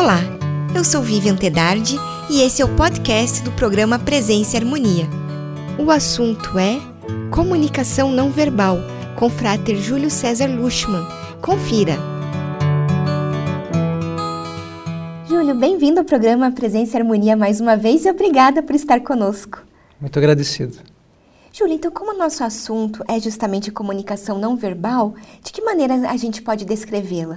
Olá, eu sou Vivian Tedardi e esse é o podcast do programa Presença e Harmonia. O assunto é Comunicação Não Verbal, com Frater Júlio César Luschmann. Confira! Júlio, bem-vindo ao programa Presença e Harmonia mais uma vez e obrigada por estar conosco. Muito agradecido. Júlio, então como o nosso assunto é justamente comunicação não verbal, de que maneira a gente pode descrevê-la?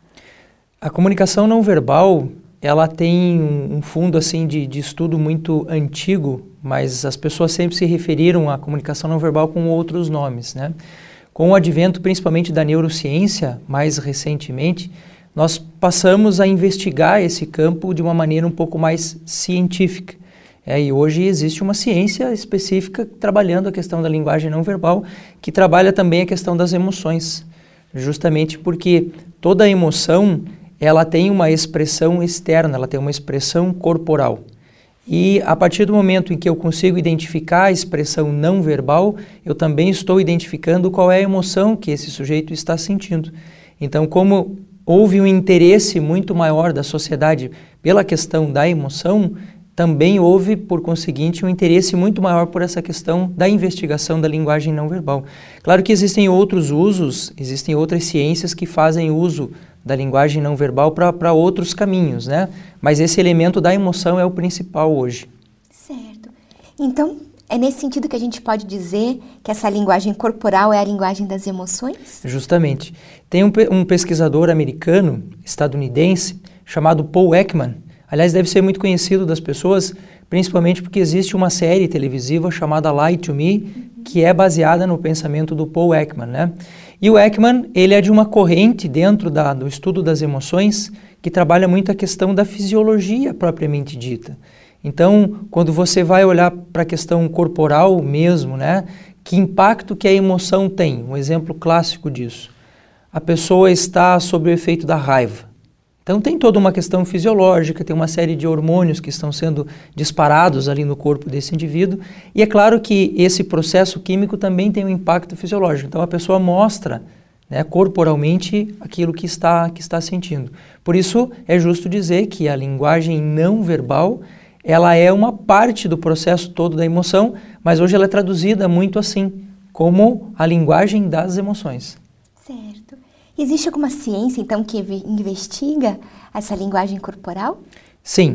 A comunicação não verbal, ela tem um fundo assim de estudo muito antigo, mas as pessoas sempre se referiram à comunicação não verbal com outros nomes, né? Com o advento principalmente da neurociência, mais recentemente, nós passamos a investigar esse campo de uma maneira um pouco mais científica. E hoje existe uma ciência específica trabalhando a questão da linguagem não verbal, que trabalha também a questão das emoções, justamente porque toda emoção ela tem uma expressão externa, ela tem uma expressão corporal. E a partir do momento em que eu consigo identificar a expressão não verbal, eu também estou identificando qual é a emoção que esse sujeito está sentindo. Então, como houve um interesse muito maior da sociedade pela questão da emoção, também houve, por conseguinte, um interesse muito maior por essa questão da investigação da linguagem não verbal. Claro que existem outros usos, existem outras ciências que fazem uso da linguagem não verbal para outros caminhos, né? Mas esse elemento da emoção é o principal hoje. Certo. Então, é nesse sentido que a gente pode dizer que essa linguagem corporal é a linguagem das emoções? Justamente. Tem um pesquisador americano, estadunidense, chamado Paul Ekman. Aliás, deve ser muito conhecido das pessoas, principalmente porque existe uma série televisiva chamada Lie to Me, que é baseada no pensamento do Paul Ekman, né? E o Ekman, ele é de uma corrente dentro do estudo das emoções que trabalha muito a questão da fisiologia propriamente dita. Então, quando você vai olhar para a questão corporal mesmo, né? Que impacto que a emoção tem? Um exemplo clássico disso. A pessoa está sob o efeito da raiva. Então tem toda uma questão fisiológica, tem uma série de hormônios que estão sendo disparados ali no corpo desse indivíduo, e é claro que esse processo químico também tem um impacto fisiológico. Então a pessoa mostra, né, corporalmente aquilo que está sentindo. Por isso é justo dizer que a linguagem não verbal, ela é uma parte do processo todo da emoção, mas hoje ela é traduzida muito assim, como a linguagem das emoções. Certo. Existe alguma ciência, então, que investiga essa linguagem corporal? Sim.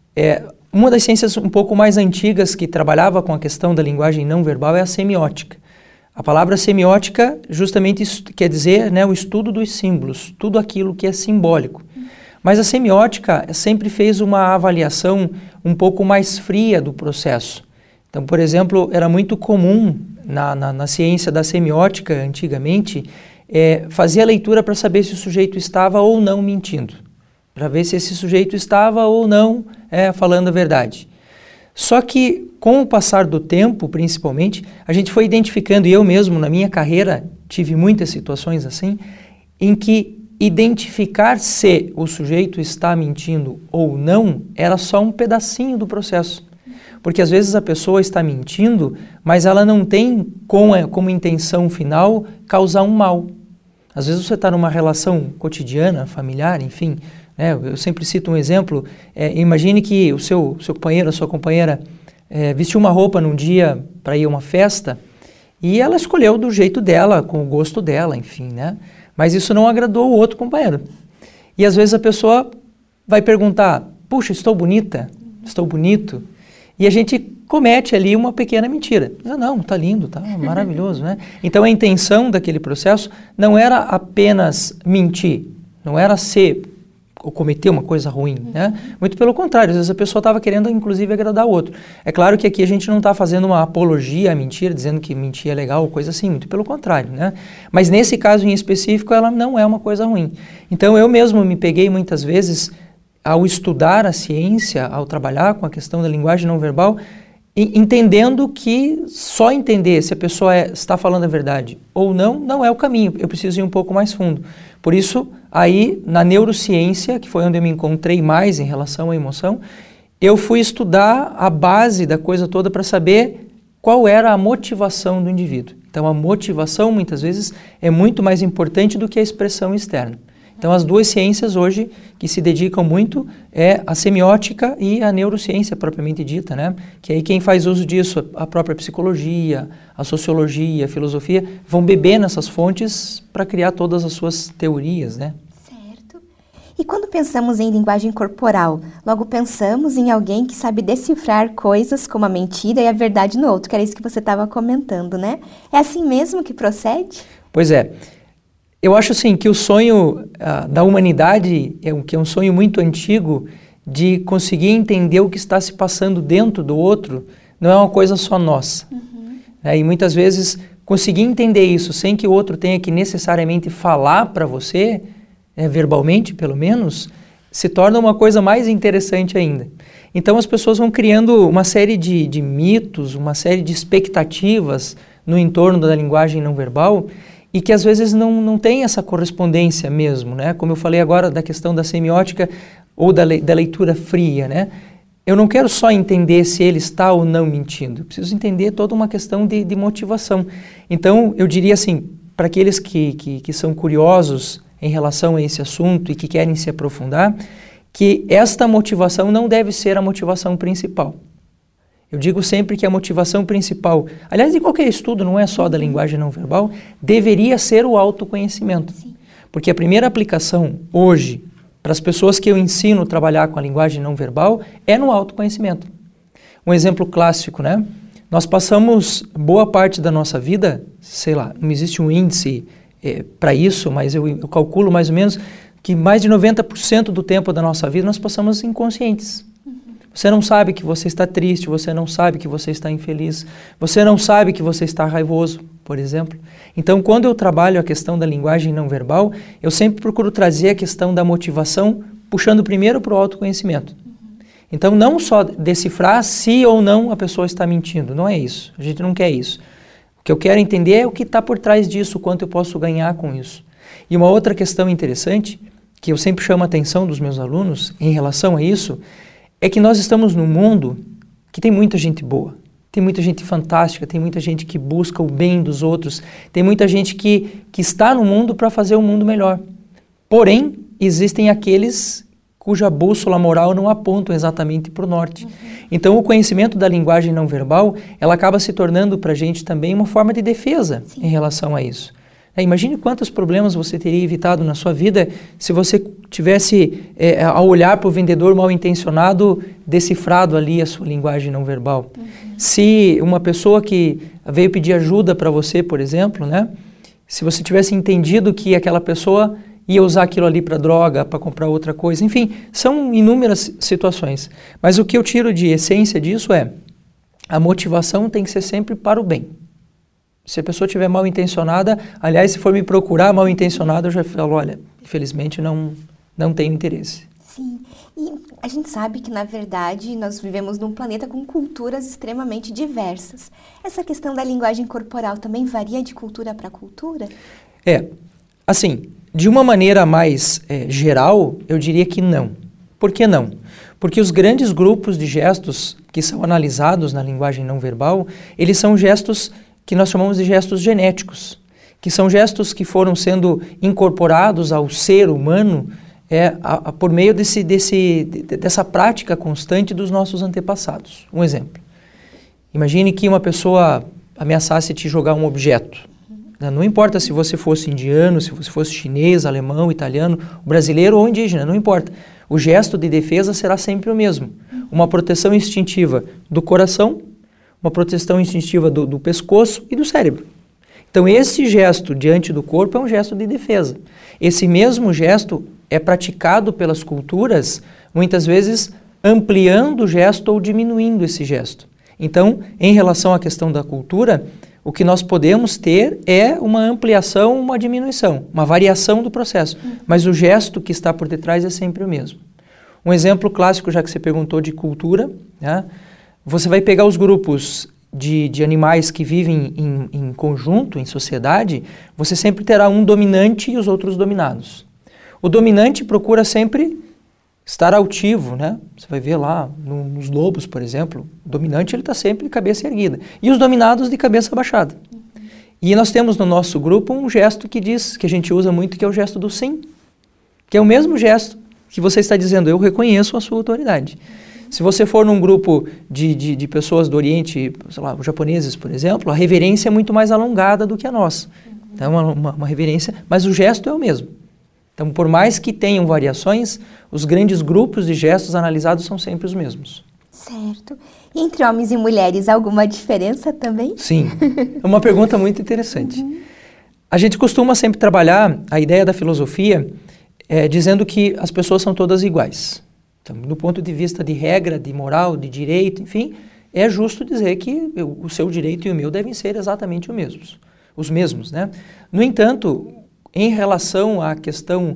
Uma das ciências um pouco mais antigas que trabalhava com a questão da linguagem não verbal é a semiótica. A palavra semiótica justamente quer dizer, né, o estudo dos símbolos, tudo aquilo que é simbólico. Mas a semiótica sempre fez uma avaliação um pouco mais fria do processo. Então, por exemplo, era muito comum na ciência da semiótica, antigamente, fazer a leitura para saber se o sujeito estava ou não mentindo, para ver se esse sujeito estava ou não falando a verdade. Só que, com o passar do tempo, principalmente, a gente foi identificando, e eu mesmo, na minha carreira, tive muitas situações assim, em que identificar se o sujeito está mentindo ou não era só um pedacinho do processo. Porque às vezes a pessoa está mentindo, mas ela não tem como intenção final causar um mal. Às vezes você está numa relação cotidiana, familiar, enfim, né? Eu sempre cito um exemplo, imagine que o seu companheiro, a sua companheira vestiu uma roupa num dia para ir a uma festa e ela escolheu do jeito dela, com o gosto dela, enfim, né? Mas isso não agradou o outro companheiro. E às vezes a pessoa vai perguntar, puxa, estou bonita? Estou bonito? E a gente comete ali uma pequena mentira. Não, tá lindo, tá maravilhoso, né? Então a intenção daquele processo não era apenas mentir, não era ou cometer uma coisa ruim, né? Muito pelo contrário, às vezes a pessoa estava querendo inclusive agradar o outro. É claro que aqui a gente não está fazendo uma apologia à mentira, dizendo que mentir é legal ou coisa assim, muito pelo contrário, né? Mas nesse caso em específico ela não é uma coisa ruim. Então eu mesmo me peguei muitas vezes ao estudar a ciência, ao trabalhar com a questão da linguagem não verbal, entendendo que só entender se a pessoa está falando a verdade ou não é o caminho, eu preciso ir um pouco mais fundo. Por isso, aí na neurociência, que foi onde eu me encontrei mais em relação à emoção, eu fui estudar a base da coisa toda para saber qual era a motivação do indivíduo. Então a motivação muitas vezes é muito mais importante do que a expressão externa. Então, as duas ciências hoje que se dedicam muito é a semiótica e a neurociência propriamente dita, né? Que aí quem faz uso disso, a própria psicologia, a sociologia, a filosofia, vão beber nessas fontes para criar todas as suas teorias, né? Certo. E quando pensamos em linguagem corporal, logo pensamos em alguém que sabe decifrar coisas como a mentira e a verdade no outro, que era isso que você estava comentando, né? É assim mesmo que procede? Pois é. Eu acho assim que o sonho da humanidade que é um sonho muito antigo de conseguir entender o que está se passando dentro do outro, não é uma coisa só nossa. E muitas vezes conseguir entender isso sem que o outro tenha que necessariamente falar para você, verbalmente pelo menos, se torna uma coisa mais interessante ainda. Então as pessoas vão criando uma série de mitos, uma série de expectativas no entorno da linguagem não verbal, e que às vezes não tem essa correspondência mesmo, né? Como eu falei agora da questão da semiótica ou da leitura fria, né? Eu não quero só entender se ele está ou não mentindo, eu preciso entender toda uma questão de motivação. Então, eu diria assim, para aqueles que são curiosos em relação a esse assunto e que querem se aprofundar, que esta motivação não deve ser a motivação principal. Eu digo sempre que a motivação principal, aliás, de qualquer estudo, não é só da linguagem não verbal, deveria ser o autoconhecimento. Sim. Porque a primeira aplicação hoje, para as pessoas que eu ensino a trabalhar com a linguagem não verbal, é no autoconhecimento. Um exemplo clássico, né? Nós passamos boa parte da nossa vida, sei lá, não existe um índice para isso, mas eu calculo mais ou menos que mais de 90% do tempo da nossa vida nós passamos inconscientes. Você não sabe que você está triste, você não sabe que você está infeliz, você não sabe que você está raivoso, por exemplo. Então, quando eu trabalho a questão da linguagem não verbal, eu sempre procuro trazer a questão da motivação, puxando primeiro para o autoconhecimento. Então, não só decifrar se ou não a pessoa está mentindo, não é isso, a gente não quer isso. O que eu quero entender é o que está por trás disso, o quanto eu posso ganhar com isso. E uma outra questão interessante, que eu sempre chamo a atenção dos meus alunos em relação a isso, é que nós estamos num mundo que tem muita gente boa, tem muita gente fantástica, tem muita gente que busca o bem dos outros, tem muita gente que está no mundo para fazer o mundo melhor. Porém, existem aqueles cuja bússola moral não apontam exatamente para o norte. Então, o conhecimento da linguagem não verbal, ela acaba se tornando para a gente também uma forma de defesa em relação a isso. Imagine quantos problemas você teria evitado na sua vida se você tivesse, ao olhar para o vendedor mal intencionado, decifrado ali a sua linguagem não verbal. Se uma pessoa que veio pedir ajuda para você, por exemplo, né, se você tivesse entendido que aquela pessoa ia usar aquilo ali para droga, para comprar outra coisa, enfim, são inúmeras situações. Mas o que eu tiro de essência disso é, a motivação tem que ser sempre para o bem. Se a pessoa estiver mal intencionada, aliás, se for me procurar mal intencionada, eu já falo, olha, infelizmente não tenho interesse. Sim, e a gente sabe que, na verdade, nós vivemos num planeta com culturas extremamente diversas. Essa questão da linguagem corporal também varia de cultura para cultura? Assim, de uma maneira mais geral, eu diria que não. Por que não? Porque os grandes grupos de gestos que são analisados na linguagem não verbal, eles são gestos que nós chamamos de gestos genéticos, que são gestos que foram sendo incorporados ao ser humano por meio dessa prática constante dos nossos antepassados. Um exemplo. Imagine que uma pessoa ameaçasse te jogar um objeto. Não importa se você fosse indiano, se você fosse chinês, alemão, italiano, brasileiro ou indígena, não importa. O gesto de defesa será sempre o mesmo. Uma proteção instintiva do coração, uma proteção instintiva do pescoço e do cérebro. Então, esse gesto diante do corpo é um gesto de defesa. Esse mesmo gesto é praticado pelas culturas, muitas vezes ampliando o gesto ou diminuindo esse gesto. Então, em relação à questão da cultura, o que nós podemos ter é uma ampliação, uma diminuição, uma variação do processo. Mas o gesto que está por detrás é sempre o mesmo. Um exemplo clássico, já que você perguntou de cultura, né? Você vai pegar os grupos de animais que vivem em conjunto, em sociedade, você sempre terá um dominante e os outros dominados. O dominante procura sempre estar altivo, né? Você vai ver lá nos lobos, por exemplo, o dominante ele está sempre de cabeça erguida. E os dominados de cabeça abaixada. E nós temos no nosso grupo um gesto que a gente usa muito, que é o gesto do sim. que é o mesmo gesto que você está dizendo, eu reconheço a sua autoridade. Se você for num grupo de pessoas do Oriente, sei lá, os japoneses, por exemplo, a reverência é muito mais alongada do que a nossa. Então, uma reverência, mas o gesto é o mesmo. Então, por mais que tenham variações, os grandes grupos de gestos analisados são sempre os mesmos. Certo. E entre homens e mulheres, alguma diferença também? Sim, é uma pergunta muito interessante. A gente costuma sempre trabalhar a ideia da filosofia dizendo que as pessoas são todas iguais. Então, do ponto de vista de regra, de moral, de direito, enfim, é justo dizer que o seu direito e o meu devem ser exatamente os mesmos, né? No entanto, em relação à questão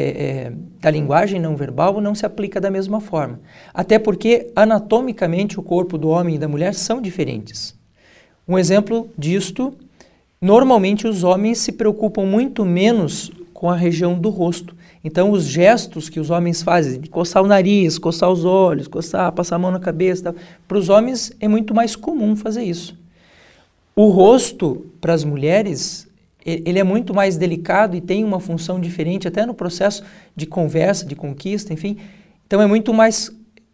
da linguagem não verbal, não se aplica da mesma forma. Até porque, anatomicamente, o corpo do homem e da mulher são diferentes. Um exemplo disto, normalmente os homens se preocupam muito menos com a região do rosto. Então, os gestos que os homens fazem, de coçar o nariz, coçar os olhos, passar a mão na cabeça, para os homens é muito mais comum fazer isso. O rosto, para as mulheres, ele é muito mais delicado e tem uma função diferente, até no processo de conversa, de conquista, enfim. Então, é muito mais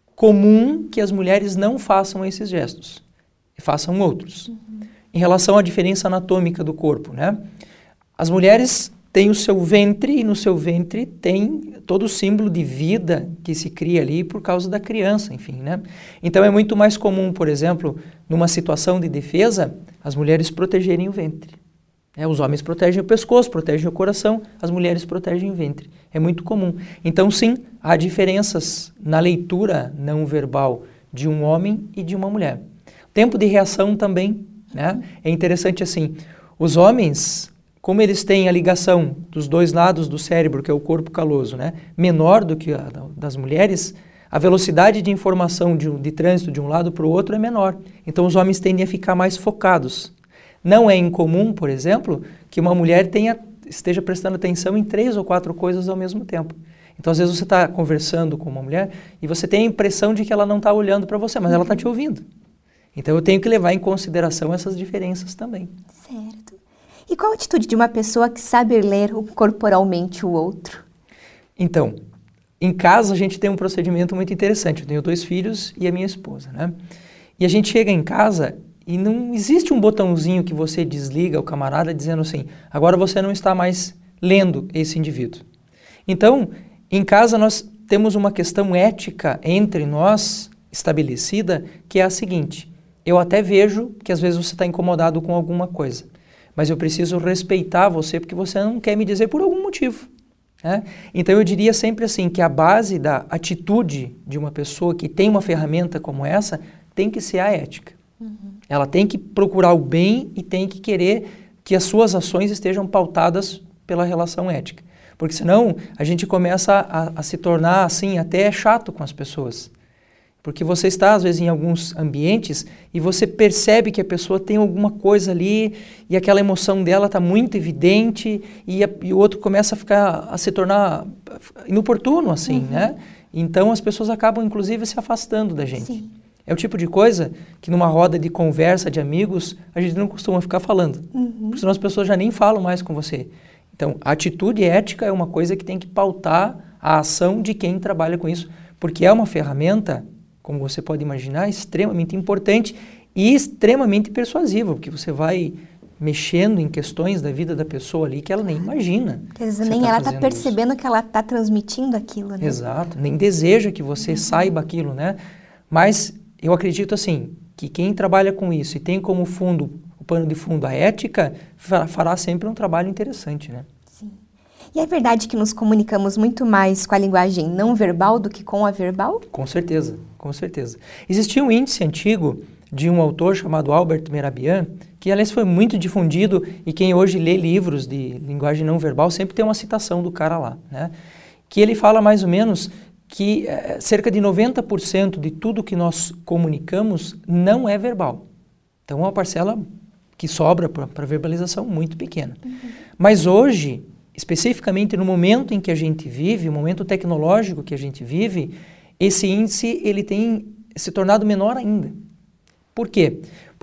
comum que as mulheres não façam esses gestos, e façam outros. Em relação à diferença anatômica do corpo, né? As mulheres têm o seu ventre, e no seu ventre tem todo o símbolo de vida que se cria ali por causa da criança, enfim, né? Então é muito mais comum, por exemplo, numa situação de defesa, as mulheres protegerem o ventre. Os homens protegem o pescoço, protegem o coração, as mulheres protegem o ventre. É muito comum. Então, sim, há diferenças na leitura não verbal de um homem e de uma mulher. Tempo de reação também, né? É interessante assim, os homens, como eles têm a ligação dos dois lados do cérebro, que é o corpo caloso, né, menor do que a das mulheres, a velocidade de informação de trânsito de um lado para o outro é menor. Então, os homens tendem a ficar mais focados. Não é incomum, por exemplo, que uma mulher esteja prestando atenção em 3 ou 4 coisas ao mesmo tempo. Então, às vezes, você está conversando com uma mulher e você tem a impressão de que ela não está olhando para você, mas ela está te ouvindo. Então, eu tenho que levar em consideração essas diferenças também. Certo. E qual a atitude de uma pessoa que sabe ler corporalmente o outro? Então, em casa a gente tem um procedimento muito interessante. Eu tenho 2 filhos e a minha esposa, né? E a gente chega em casa e não existe um botãozinho que você desliga o camarada dizendo assim, agora você não está mais lendo esse indivíduo. Então, em casa nós temos uma questão ética entre nós estabelecida, que é a seguinte, eu até vejo que às vezes você está incomodado com alguma coisa, mas eu preciso respeitar você porque você não quer me dizer por algum motivo. Né? Então eu diria sempre assim, que a base da atitude de uma pessoa que tem uma ferramenta como essa tem que ser a ética. Ela tem que procurar o bem e tem que querer que as suas ações estejam pautadas pela relação ética. Porque senão a gente começa a se tornar assim até chato com as pessoas. Porque você está, às vezes, em alguns ambientes e você percebe que a pessoa tem alguma coisa ali e aquela emoção dela está muito evidente e o outro começa a se tornar inoportuno, assim, né? Então, as pessoas acabam, inclusive, se afastando da gente. Sim. É o tipo de coisa que numa roda de conversa de amigos, a gente não costuma ficar falando. Porque senão as pessoas já nem falam mais com você. Então, a atitude ética é uma coisa que tem que pautar a ação de quem trabalha com isso, porque é uma ferramenta, como você pode imaginar, extremamente importante e extremamente persuasiva, porque você vai mexendo em questões da vida da pessoa ali que ela nem imagina. Quer dizer, nem ela está percebendo que ela está transmitindo aquilo, né? Exato, nem deseja que você saiba aquilo, né? Mas eu acredito assim, que quem trabalha com isso e tem como fundo, o pano de fundo, a ética, fará sempre um trabalho interessante, né? Sim. E é verdade que nos comunicamos muito mais com a linguagem não verbal do que com a verbal? Com certeza, com certeza. Existia um índice antigo de um autor chamado Albert Mehrabian, que aliás foi muito difundido e quem hoje lê livros de linguagem não verbal sempre tem uma citação do cara lá, né? Que ele fala mais ou menos que cerca de 90% de tudo que nós comunicamos não é verbal. Então, é uma parcela que sobra para verbalização muito pequena. Mas hoje, especificamente no momento em que a gente vive, o momento tecnológico que a gente vive, esse índice ele tem se tornado menor ainda. Por quê?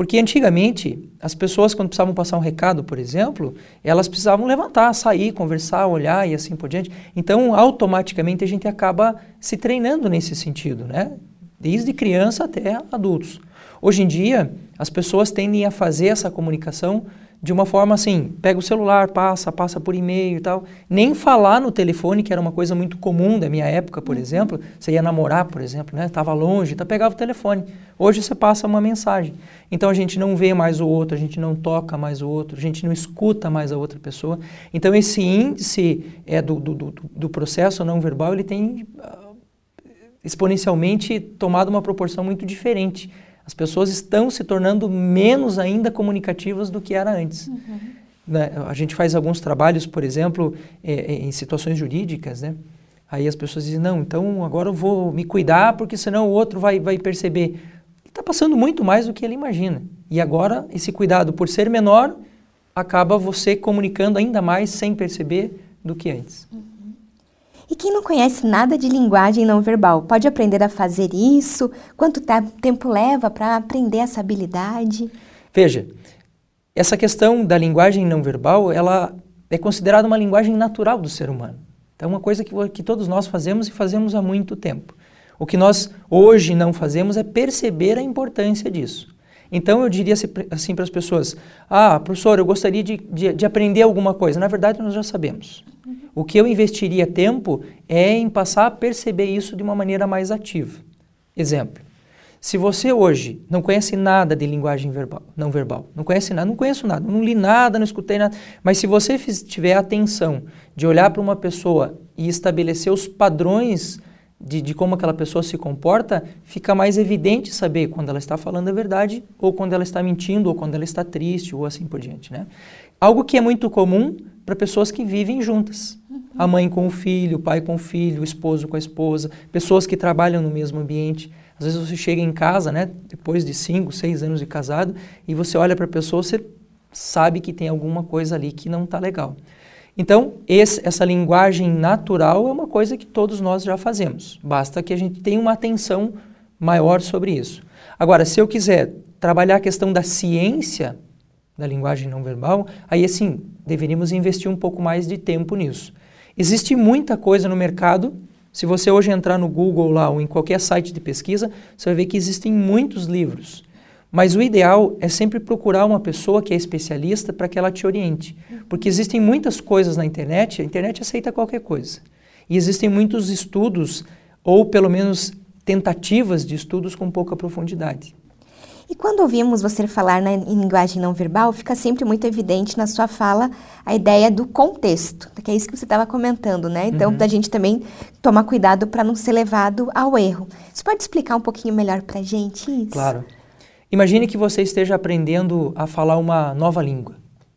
Porque antigamente, as pessoas quando precisavam passar um recado, por exemplo, elas precisavam levantar, sair, conversar, olhar e assim por diante. Então, automaticamente a gente acaba se treinando nesse sentido, né? Desde criança até adultos. Hoje em dia, as pessoas tendem a fazer essa comunicação de uma forma assim, pega o celular, passa por e-mail e tal. Nem falar no telefone, que era uma coisa muito comum da minha época, por exemplo. Você ia namorar, por exemplo, né? Estava longe, então pegava o telefone. Hoje você passa uma mensagem. Então a gente não vê mais o outro, a gente não toca mais o outro, a gente não escuta mais a outra pessoa. Então esse índice do processo não verbal, ele tem exponencialmente tomado uma proporção muito diferente. As pessoas estão se tornando menos ainda comunicativas do que era antes. Né? A gente faz alguns trabalhos, por exemplo, em situações jurídicas, né? Aí as pessoas dizem, não, então agora eu vou me cuidar porque senão o outro vai perceber. Ele está passando muito mais do que ele imagina. E agora esse cuidado, por ser menor, acaba você comunicando ainda mais sem perceber do que antes. E quem não conhece nada de linguagem não verbal, pode aprender a fazer isso? Quanto tempo leva para aprender essa habilidade? Veja, essa questão da linguagem não verbal, ela é considerada uma linguagem natural do ser humano. Então é uma coisa que todos nós fazemos e fazemos há muito tempo. O que nós hoje não fazemos é perceber a importância disso. Então eu diria assim para as pessoas, professor, eu gostaria de aprender alguma coisa. Na verdade nós já sabemos. O que eu investiria tempo é em passar a perceber isso de uma maneira mais ativa. Exemplo, se você hoje não conhece nada de linguagem não verbal, não conhece nada, não conheço nada, não li nada, não escutei nada, mas se você tiver atenção de olhar para uma pessoa e estabelecer os padrões de como aquela pessoa se comporta, fica mais evidente saber quando ela está falando a verdade, ou quando ela está mentindo, ou quando ela está triste, ou assim por diante, né? Algo que é muito comum para pessoas que vivem juntas. A mãe com o filho, o pai com o filho, o esposo com a esposa, pessoas que trabalham no mesmo ambiente. Às vezes você chega em casa, né, depois de 5, 6 anos de casado, e você olha para a pessoa, você sabe que tem alguma coisa ali que não está legal. Então, essa linguagem natural é uma coisa que todos nós já fazemos. Basta que a gente tenha uma atenção maior sobre isso. Agora, se eu quiser trabalhar a questão da ciência da linguagem não verbal, aí assim, deveríamos investir um pouco mais de tempo nisso. Existe muita coisa no mercado. Se você hoje entrar no Google lá ou em qualquer site de pesquisa, você vai ver que existem muitos livros. Mas o ideal é sempre procurar uma pessoa que é especialista para que ela te oriente. Porque existem muitas coisas na internet, a internet aceita qualquer coisa. E existem muitos estudos, ou pelo menos tentativas de estudos com pouca profundidade. E quando ouvimos você falar em linguagem não verbal, fica sempre muito evidente na sua fala a ideia do contexto, que é isso que você estava comentando, né? Então, da gente também tomar cuidado para não ser levado ao erro. Você pode explicar um pouquinho melhor para a gente isso? Claro. Imagine que você esteja aprendendo a falar uma nova língua.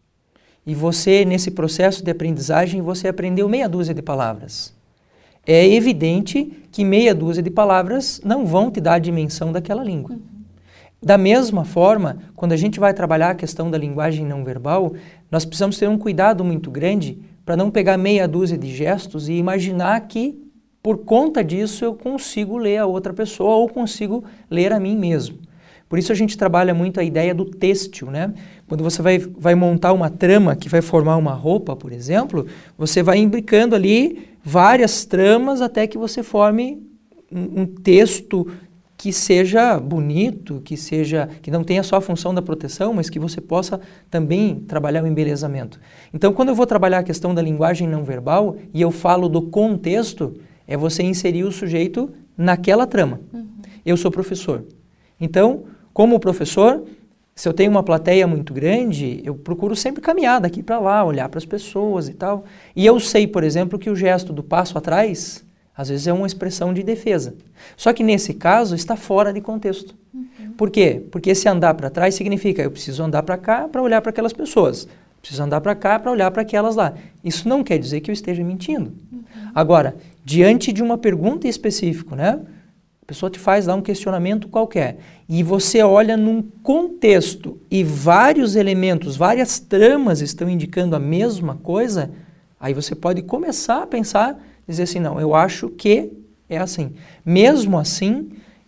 E você, nesse processo de aprendizagem, você aprendeu meia dúzia de palavras. É evidente que meia dúzia de palavras não vão te dar a dimensão daquela língua. Da mesma forma, quando a gente vai trabalhar a questão da linguagem não verbal, nós precisamos ter um cuidado muito grande para não pegar meia dúzia de gestos e imaginar que, por conta disso, eu consigo ler a outra pessoa ou consigo ler a mim mesmo. Por isso a gente trabalha muito a ideia do têxtil, né? Quando você vai montar uma trama que vai formar uma roupa, por exemplo, você vai imbricando ali várias tramas até que você forme um texto que seja bonito, que não tenha só a função da proteção, mas que você possa também trabalhar o embelezamento. Então, quando eu vou trabalhar a questão da linguagem não verbal e eu falo do contexto, é você inserir o sujeito naquela trama. Eu sou professor. Então, como professor, se eu tenho uma plateia muito grande, eu procuro sempre caminhar daqui para lá, olhar para as pessoas e tal. E eu sei, por exemplo, que o gesto do passo atrás, às vezes é uma expressão de defesa. Só que nesse caso está fora de contexto. Por quê? Porque esse andar para trás significa eu preciso andar para cá para olhar para aquelas pessoas. Preciso andar para cá para olhar para aquelas lá. Isso não quer dizer que eu esteja mentindo. Agora, diante de uma pergunta específica, né? A pessoa te faz lá um questionamento qualquer e você olha num contexto e vários elementos, várias tramas estão indicando a mesma coisa, aí você pode começar a pensar, dizer assim, não, eu acho que é assim. Mesmo assim,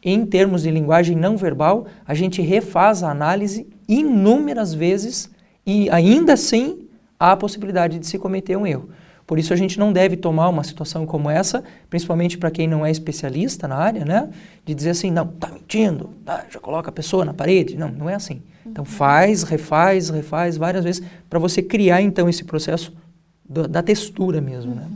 em termos de linguagem não verbal, a gente refaz a análise inúmeras vezes e ainda assim há a possibilidade de se cometer um erro. Por isso a gente não deve tomar uma situação como essa, principalmente para quem não é especialista na área, né? De dizer assim, não, tá mentindo, já coloca a pessoa na parede. Não, não é assim. Então faz, refaz várias vezes para você criar então esse processo da textura mesmo, né?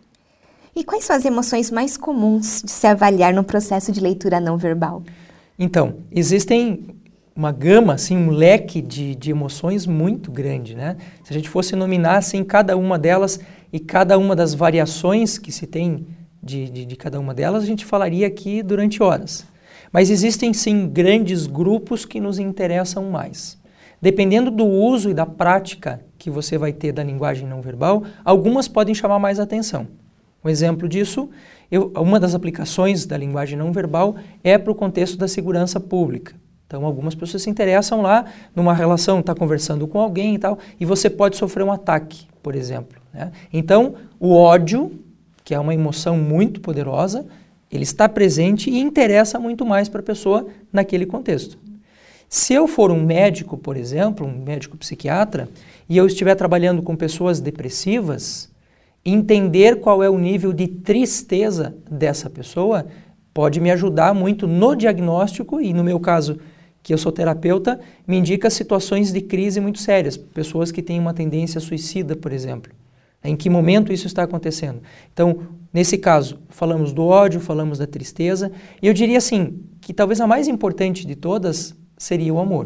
E quais são as emoções mais comuns de se avaliar no processo de leitura não verbal? Então, existem uma gama, assim, um leque de emoções muito grande, né? Se a gente fosse nominar, assim, cada uma delas e cada uma das variações que se tem de cada uma delas, a gente falaria aqui durante horas. Mas existem, sim, grandes grupos que nos interessam mais. Dependendo do uso e da prática que você vai ter da linguagem não verbal, algumas podem chamar mais atenção. Um exemplo disso, uma das aplicações da linguagem não verbal é para o contexto da segurança pública. Então, algumas pessoas se interessam lá numa relação, está conversando com alguém e tal, e você pode sofrer um ataque, por exemplo, né? Então, o ódio, que é uma emoção muito poderosa, ele está presente e interessa muito mais para a pessoa naquele contexto. Se eu for um médico, por exemplo, um médico psiquiatra, e eu estiver trabalhando com pessoas depressivas, entender qual é o nível de tristeza dessa pessoa pode me ajudar muito no diagnóstico e, no meu caso, que eu sou terapeuta, me indica situações de crise muito sérias, pessoas que têm uma tendência suicida, por exemplo. Em que momento isso está acontecendo? Então, nesse caso, falamos do ódio, falamos da tristeza, e eu diria assim, que talvez a mais importante de todas seria o amor.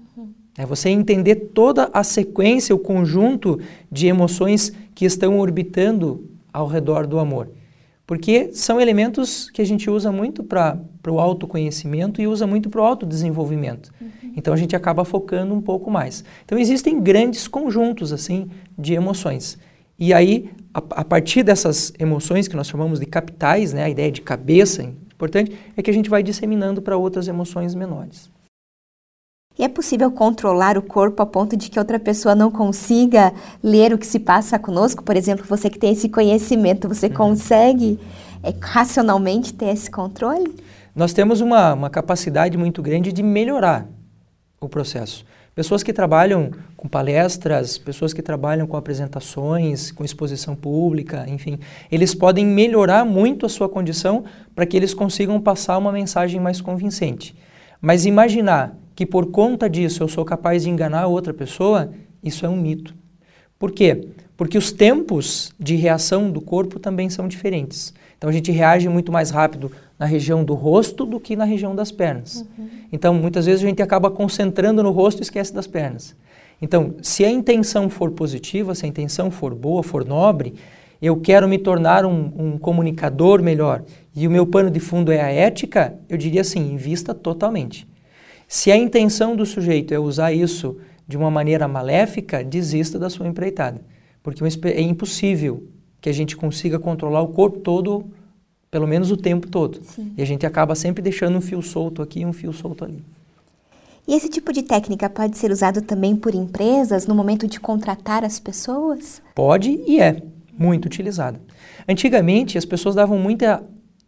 É você entender toda a sequência, o conjunto de emoções que estão orbitando ao redor do amor. Porque são elementos que a gente usa muito para o autoconhecimento e usa muito para o autodesenvolvimento. Então a gente acaba focando um pouco mais. Então existem grandes conjuntos assim de emoções. E aí, a partir dessas emoções que nós chamamos de capitais, né, a ideia de cabeça importante, é que a gente vai disseminando para outras emoções menores. E é possível controlar o corpo a ponto de que outra pessoa não consiga ler o que se passa conosco? Por exemplo, você que tem esse conhecimento, você consegue racionalmente ter esse controle? Nós temos uma capacidade muito grande de melhorar o processo. Pessoas que trabalham com palestras, pessoas que trabalham com apresentações, com exposição pública, enfim, eles podem melhorar muito a sua condição para que eles consigam passar uma mensagem mais convincente. Mas imaginar que por conta disso eu sou capaz de enganar outra pessoa, isso é um mito. Por quê? Porque os tempos de reação do corpo também são diferentes. Então a gente reage muito mais rápido na região do rosto do que na região das pernas. Então muitas vezes a gente acaba concentrando no rosto e esquece das pernas. Então se a intenção for positiva, se a intenção for boa, for nobre, eu quero me tornar um comunicador melhor e o meu pano de fundo é a ética, eu diria assim, invista totalmente. Se a intenção do sujeito é usar isso de uma maneira maléfica, desista da sua empreitada. Porque é impossível que a gente consiga controlar o corpo todo, pelo menos o tempo todo. Sim. E a gente acaba sempre deixando um fio solto aqui e um fio solto ali. E esse tipo de técnica pode ser usado também por empresas no momento de contratar as pessoas? Pode e é muito utilizado. Antigamente, as pessoas davam muita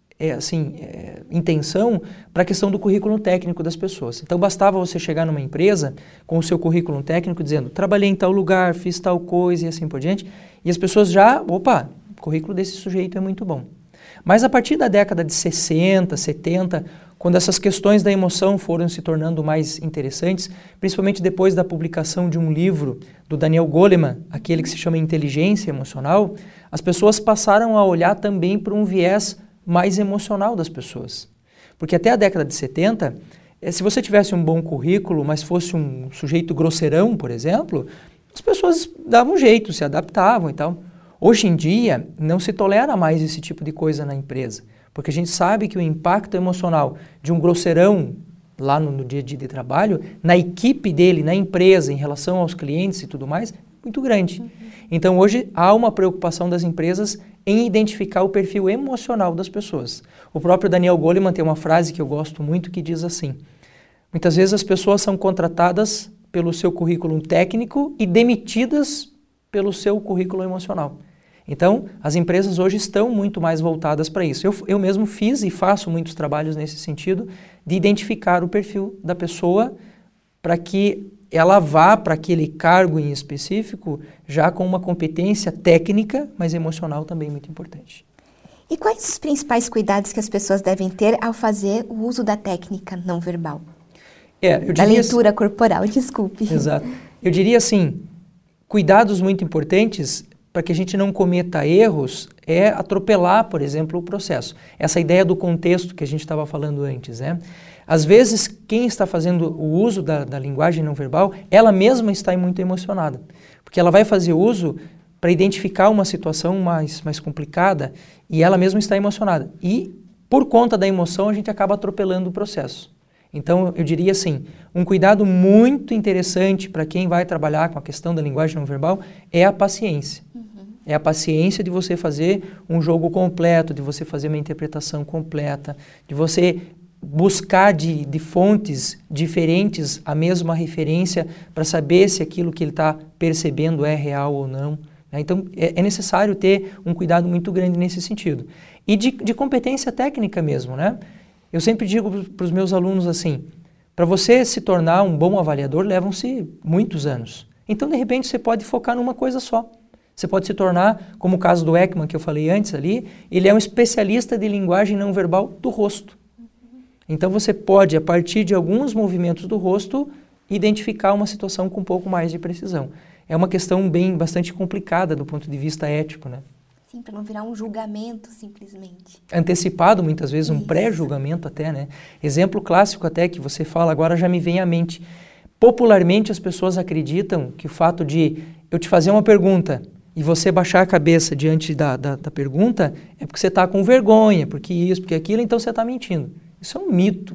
intenção para a questão do currículo técnico das pessoas. Então, bastava você chegar numa empresa com o seu currículo técnico dizendo trabalhei em tal lugar, fiz tal coisa e assim por diante, e as pessoas já, o currículo desse sujeito é muito bom. Mas a partir da década de 60, 70, quando essas questões da emoção foram se tornando mais interessantes, principalmente depois da publicação de um livro do Daniel Goleman, aquele que se chama Inteligência Emocional, as pessoas passaram a olhar também para um viés mais emocional das pessoas. Porque até a década de 70, se você tivesse um bom currículo, mas fosse um sujeito grosseirão, por exemplo, as pessoas davam um jeito, se adaptavam e tal. Hoje em dia, não se tolera mais esse tipo de coisa na empresa, porque a gente sabe que o impacto emocional de um grosseirão lá no dia a dia de trabalho, na equipe dele, na empresa, em relação aos clientes e tudo mais, é muito grande. Então hoje há uma preocupação das empresas em identificar o perfil emocional das pessoas. O próprio Daniel Goleman tem uma frase que eu gosto muito que diz assim: muitas vezes as pessoas são contratadas pelo seu currículo técnico e demitidas pelo seu currículo emocional. Então, as empresas hoje estão muito mais voltadas para isso. Eu mesmo fiz e faço muitos trabalhos nesse sentido de identificar o perfil da pessoa para que ela vá para aquele cargo em específico já com uma competência técnica, mas emocional também muito importante. E quais os principais cuidados que as pessoas devem ter ao fazer o uso da técnica não verbal? Da leitura corporal, desculpe. Exato. Eu diria assim, cuidados muito importantes para que a gente não cometa erros é atropelar, por exemplo, o processo. Essa ideia do contexto que a gente estava falando antes, né? Às vezes, quem está fazendo o uso da linguagem não verbal, ela mesma está muito emocionada, porque ela vai fazer uso para identificar uma situação mais complicada e ela mesma está emocionada. E, por conta da emoção, a gente acaba atropelando o processo. Então, eu diria assim, um cuidado muito interessante para quem vai trabalhar com a questão da linguagem não verbal é a paciência. É a paciência de você fazer um jogo completo, de você fazer uma interpretação completa, de você buscar de fontes diferentes a mesma referência para saber se aquilo que ele está percebendo é real ou não. Então, é necessário ter um cuidado muito grande nesse sentido. E de competência técnica mesmo, né? Eu sempre digo para os meus alunos assim, para você se tornar um bom avaliador, levam-se muitos anos. Então, de repente, você pode focar numa coisa só. Você pode se tornar, como o caso do Ekman que eu falei antes ali, ele é um especialista de linguagem não verbal do rosto. Então, você pode, a partir de alguns movimentos do rosto, identificar uma situação com um pouco mais de precisão. É uma questão bastante complicada do ponto de vista ético, né? Sim, para não virar um julgamento, simplesmente. Antecipado, muitas vezes, um pré-julgamento até, né? Exemplo clássico até que você fala agora já me vem à mente. Popularmente, as pessoas acreditam que o fato de eu te fazer uma pergunta e você baixar a cabeça diante da pergunta é porque você está com vergonha, porque isso, porque aquilo, então você está mentindo. Isso é um mito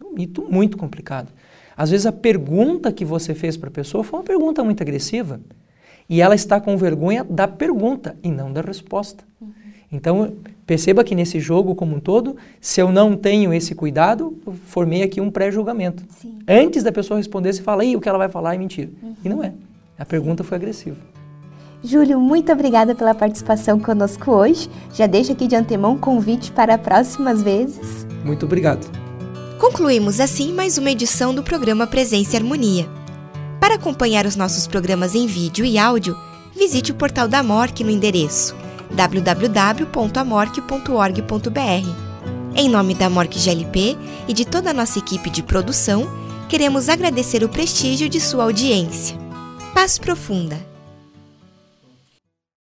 muito complicado. Às vezes a pergunta que você fez para a pessoa foi uma pergunta muito agressiva e ela está com vergonha da pergunta e não da resposta. Então, perceba que nesse jogo como um todo, se eu não tenho esse cuidado, eu formei aqui um pré-julgamento. Antes da pessoa responder, você fala, o que ela vai falar é mentira. E não é. A pergunta foi agressiva. Júlio, muito obrigada pela participação conosco hoje. Já deixo aqui de antemão um convite para próximas vezes. Muito obrigado. Concluímos assim mais uma edição do programa Presença e Harmonia. Para acompanhar os nossos programas em vídeo e áudio, visite o portal da Amorque no endereço www.amorque.org.br. Em nome da Amorque GLP e de toda a nossa equipe de produção, queremos agradecer o prestígio de sua audiência. Paz profunda!